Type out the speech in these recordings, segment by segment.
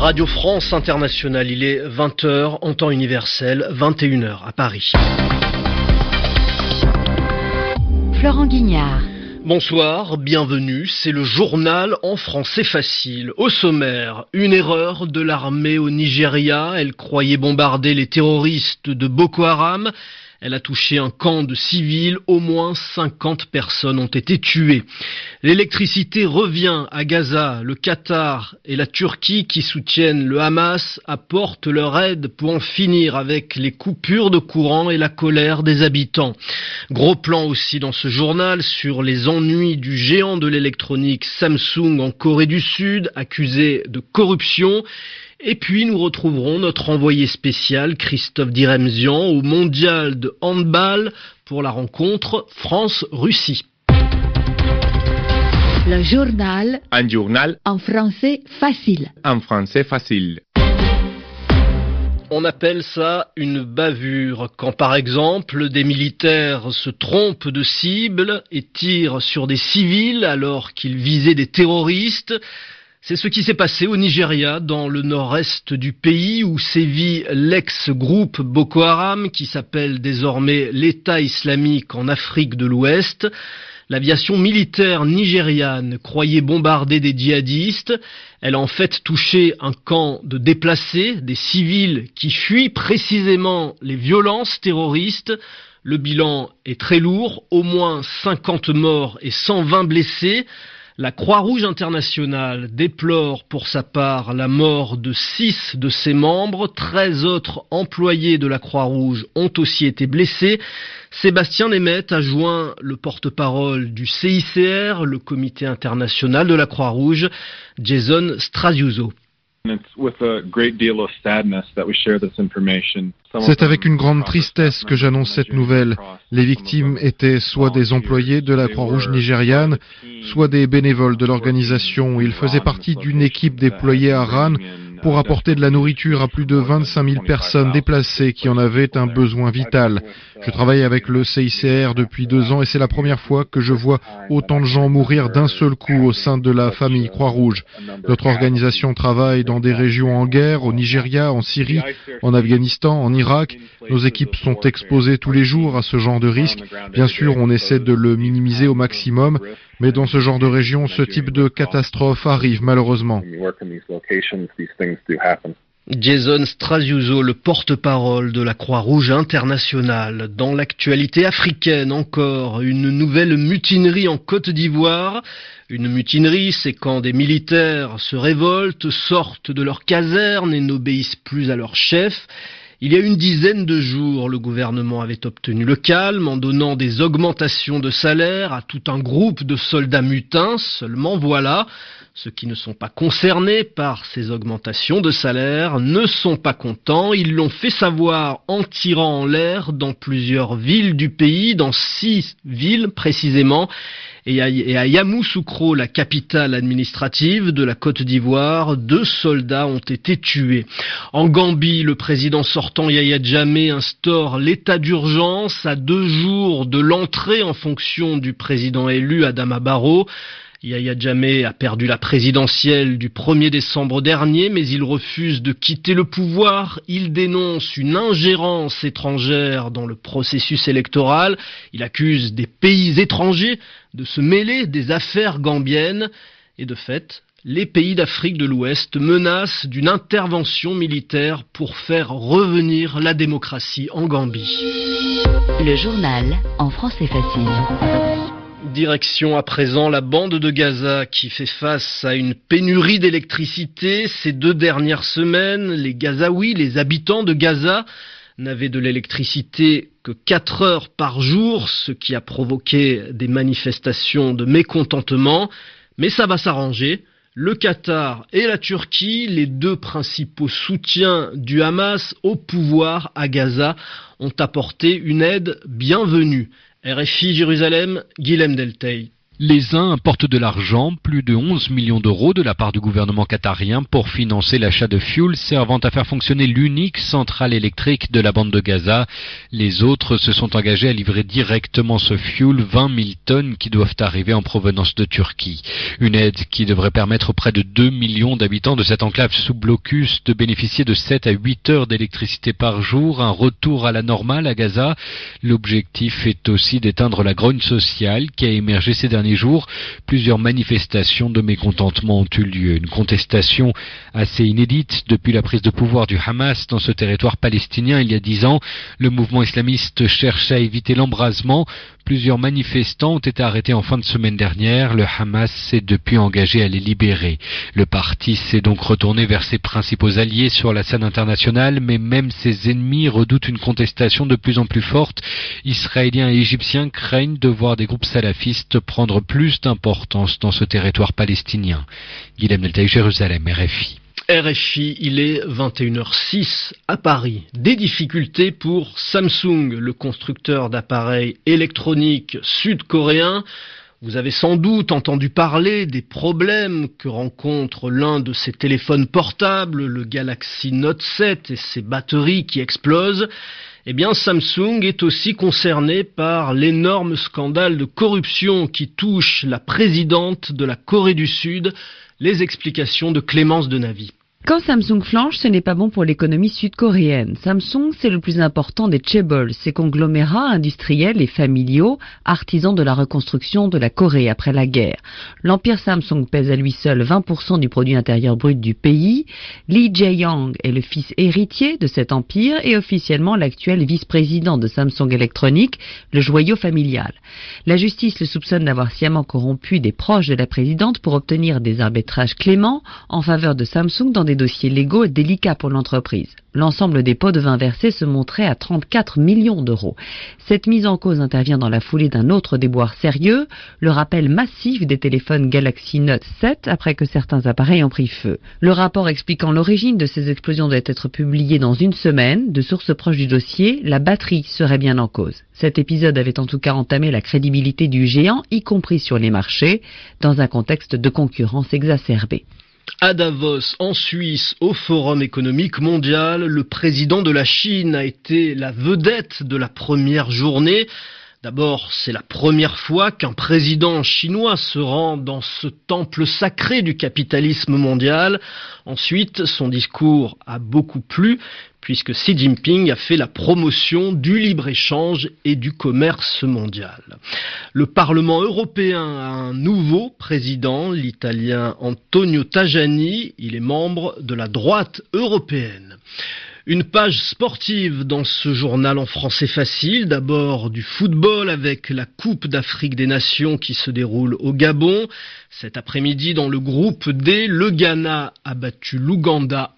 Radio France Internationale, il est 20h en temps universel, 21h à Paris. Florent Guignard. Bonsoir, bienvenue, c'est le journal en français facile. Au sommaire, une erreur de l'armée au Nigeria, elle croyait bombarder les terroristes de Boko Haram. Elle a touché un camp de civils, au moins 50 personnes ont été tuées. L'électricité revient à Gaza, le Qatar et la Turquie qui soutiennent le Hamas apportent leur aide pour en finir avec les coupures de courant et la colère des habitants. Gros plan aussi dans ce journal sur les ennuis du géant de l'électronique Samsung en Corée du Sud, accusé de corruption. Et puis nous retrouverons notre envoyé spécial Christophe Diremzian au mondial de handball pour la rencontre France-Russie. Le journal. Un journal En français facile. en français facile. On appelle ça une bavure, quand par exemple des militaires se trompent de cible et tirent sur des civils alors qu'ils visaient des terroristes. C'est ce qui s'est passé au Nigeria, dans le nord-est du pays, où sévit l'ex-groupe Boko Haram, qui s'appelle désormais l'État islamique en Afrique de l'Ouest. L'aviation militaire nigériane croyait bombarder des djihadistes. Elle a en fait touché un camp de déplacés, des civils qui fuient précisément les violences terroristes. Le bilan est très lourd, au moins 50 morts et 120 blessés. La Croix-Rouge internationale déplore pour sa part la mort de 6 de ses membres. 13 autres employés de la Croix-Rouge ont aussi été blessés. Sébastien Nemeth a joint le porte-parole du CICR, le comité international de la Croix-Rouge, Jason Strasiuso. C'est avec une grande tristesse que j'annonce cette nouvelle. Les victimes étaient soit des employés de la Croix-Rouge nigériane, soit des bénévoles de l'organisation. Ils faisaient partie d'une équipe déployée à Ran pour apporter de la nourriture à plus de 25 000 personnes déplacées qui en avaient un besoin vital. Je travaille avec le CICR depuis 2 ans et c'est la première fois que je vois autant de gens mourir d'un seul coup au sein de la famille Croix-Rouge. Notre organisation travaille dans des régions en guerre, au Nigeria, en Syrie, en Afghanistan, en Irak. Nos équipes sont exposées tous les jours à ce genre de risque. Bien sûr, on essaie de le minimiser au maximum, mais dans ce genre de région, ce type de catastrophe arrive malheureusement. Jason Strasiuso, le porte-parole de la Croix-Rouge internationale. Dans l'actualité africaine encore, une nouvelle mutinerie en Côte d'Ivoire. Une mutinerie, c'est quand des militaires se révoltent, sortent de leur caserne et n'obéissent plus à leur chef. Il y a une dizaine de jours, le gouvernement avait obtenu le calme en donnant des augmentations de salaire à tout un groupe de soldats mutins. Seulement voilà, ceux qui ne sont pas concernés par ces augmentations de salaire ne sont pas contents. Ils l'ont fait savoir en tirant en l'air dans plusieurs villes du pays, dans 6 villes précisément. Et à Yamoussoukro, la capitale administrative de la Côte d'Ivoire, 2 soldats ont été tués. En Gambie, le président sortant Yahya Jammeh instaure l'état d'urgence à 2 jours de l'entrée en fonction du président élu Adama Barrow. Yahya Jammeh a perdu la présidentielle du 1er décembre dernier, mais il refuse de quitter le pouvoir. Il dénonce une ingérence étrangère dans le processus électoral. Il accuse des pays étrangers de se mêler des affaires gambiennes. Et de fait, les pays d'Afrique de l'Ouest menacent d'une intervention militaire pour faire revenir la démocratie en Gambie. Le journal en français facile. Direction à présent la bande de Gaza qui fait face à une pénurie d'électricité. Ces 2 dernières semaines, les Gazaouis, les habitants de Gaza, n'avaient de l'électricité que 4 heures par jour, ce qui a provoqué des manifestations de mécontentement. Mais ça va s'arranger. Le Qatar et la Turquie, les 2 principaux soutiens du Hamas au pouvoir à Gaza, ont apporté une aide bienvenue. RFI Jérusalem, Guilhem Deltey. Les uns apportent de l'argent, plus de 11 millions d'euros de la part du gouvernement qatarien pour financer l'achat de fuel servant à faire fonctionner l'unique centrale électrique de la bande de Gaza. Les autres se sont engagés à livrer directement ce fuel, 20 000 tonnes qui doivent arriver en provenance de Turquie. Une aide qui devrait permettre aux près de 2 millions d'habitants de cette enclave sous blocus de bénéficier de 7 à 8 heures d'électricité par jour, un retour à la normale à Gaza. L'objectif est aussi d'éteindre la grogne sociale qui a émergé ces derniers jours. Plusieurs manifestations de mécontentement ont eu lieu. Une contestation assez inédite depuis la prise de pouvoir du Hamas dans ce territoire palestinien il y a 10 ans. Le mouvement islamiste cherche à éviter l'embrasement. Plusieurs manifestants ont été arrêtés en fin de semaine dernière. Le Hamas s'est depuis engagé à les libérer. Le parti s'est donc retourné vers ses principaux alliés sur la scène internationale, mais même ses ennemis redoutent une contestation de plus en plus forte. Israéliens et Égyptiens craignent de voir des groupes salafistes prendre plus d'importance dans ce territoire palestinien. Guilhem Neltaï, Jérusalem, RFI. RFI, il est 21h06 à Paris. Des difficultés pour Samsung, le constructeur d'appareils électroniques sud-coréen. Vous avez sans doute entendu parler des problèmes que rencontre l'un de ses téléphones portables, le Galaxy Note 7 et ses batteries qui explosent. Eh bien, Samsung est aussi concerné par l'énorme scandale de corruption qui touche la présidente de la Corée du Sud. Les explications de Clémence Denavi. Quand Samsung flanche, ce n'est pas bon pour l'économie sud-coréenne. Samsung, c'est le plus important des chaebols, ces conglomérats industriels et familiaux, artisans de la reconstruction de la Corée après la guerre. L'empire Samsung pèse à lui seul 20% du produit intérieur brut du pays. Lee Jae-yong est le fils héritier de cet empire et officiellement l'actuel vice-président de Samsung Electronics, le joyau familial. La justice le soupçonne d'avoir sciemment corrompu des proches de la présidente pour obtenir des arbitrages cléments en faveur de Samsung dans des dossiers légaux délicats pour l'entreprise. L'ensemble des pots de vin versés se montrait à 34 millions d'euros. Cette mise en cause intervient dans la foulée d'un autre déboire sérieux, le rappel massif des téléphones Galaxy Note 7 après que certains appareils ont pris feu. Le rapport expliquant l'origine de ces explosions doit être publié dans une semaine. De sources proches du dossier, la batterie serait bien en cause. Cet épisode avait en tout cas entamé la crédibilité du géant, y compris sur les marchés, dans un contexte de concurrence exacerbée. À Davos, en Suisse, au Forum économique mondial, le président de la Chine a été la vedette de la première journée. D'abord, c'est la première fois qu'un président chinois se rend dans ce temple sacré du capitalisme mondial. Ensuite, son discours a beaucoup plu, puisque Xi Jinping a fait la promotion du libre-échange et du commerce mondial. Le Parlement européen a un nouveau président, l'Italien Antonio Tajani. Il est membre de la droite européenne. Une page sportive dans ce journal en français facile. D'abord du football avec la Coupe d'Afrique des Nations qui se déroule au Gabon. Cet après-midi, dans le groupe D, le Ghana a battu l'Ouganda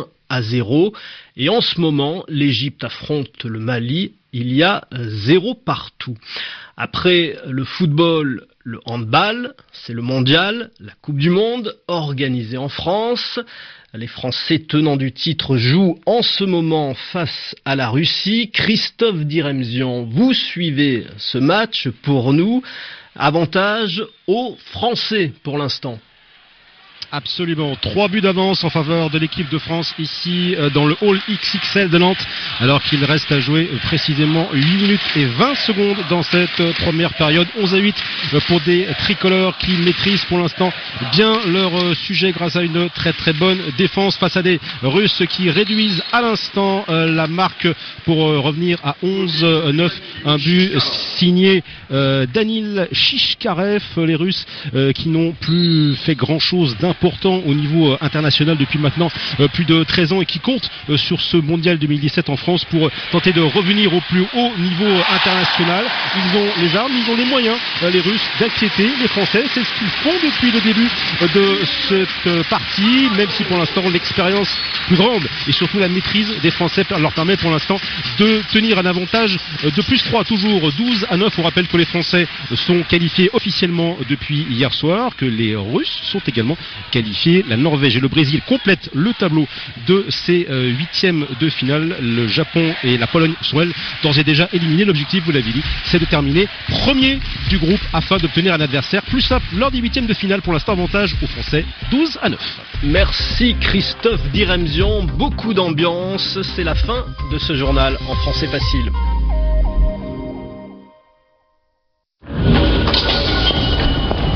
1-0. Et en ce moment, l'Égypte affronte le Mali. Il y a 0 partout. Après le football, le handball, c'est le mondial, la Coupe du Monde, organisée en France. Les Français tenants du titre jouent en ce moment face à la Russie. Christophe Diremzian, vous suivez ce match pour nous. Avantage aux Français pour l'instant. Absolument, 3 buts d'avance en faveur de l'équipe de France ici dans le hall XXL de Nantes, alors qu'il reste à jouer précisément 8 minutes et 20 secondes dans cette première période. 11-8 pour des tricolores qui maîtrisent pour l'instant bien leur sujet grâce à une très très bonne défense face à des Russes qui réduisent à l'instant la marque pour revenir à 11-9. Un but signé Danil Shishkarev, les Russes qui n'ont plus fait grand chose d'important au niveau international depuis maintenant plus de 13 ans et qui comptent sur ce mondial 2017 en France pour tenter de revenir au plus haut niveau international. Ils ont les armes, ils ont les moyens, les Russes, d'inquiéter les Français. C'est ce qu'ils font depuis le début de cette partie, même si pour l'instant l'expérience plus grande et surtout la maîtrise des Français leur permet pour l'instant de tenir un avantage de plus 3, toujours 12-9. On rappelle que les Français sont qualifiés officiellement depuis hier soir, que les Russes sont également qualifiés. La Norvège et le Brésil complètent le tableau de ces huitièmes de finale. Le Japon et la Pologne sont elles d'ores et déjà éliminés. L'objectif, vous l'avez dit, c'est de terminer premier du groupe afin d'obtenir un adversaire plus simple lors des huitièmes de finale. Pour l'instant, avantage aux Français, 12-9. Merci Christophe Diremzian, beaucoup d'ambiance. C'est la fin de ce journal en français facile.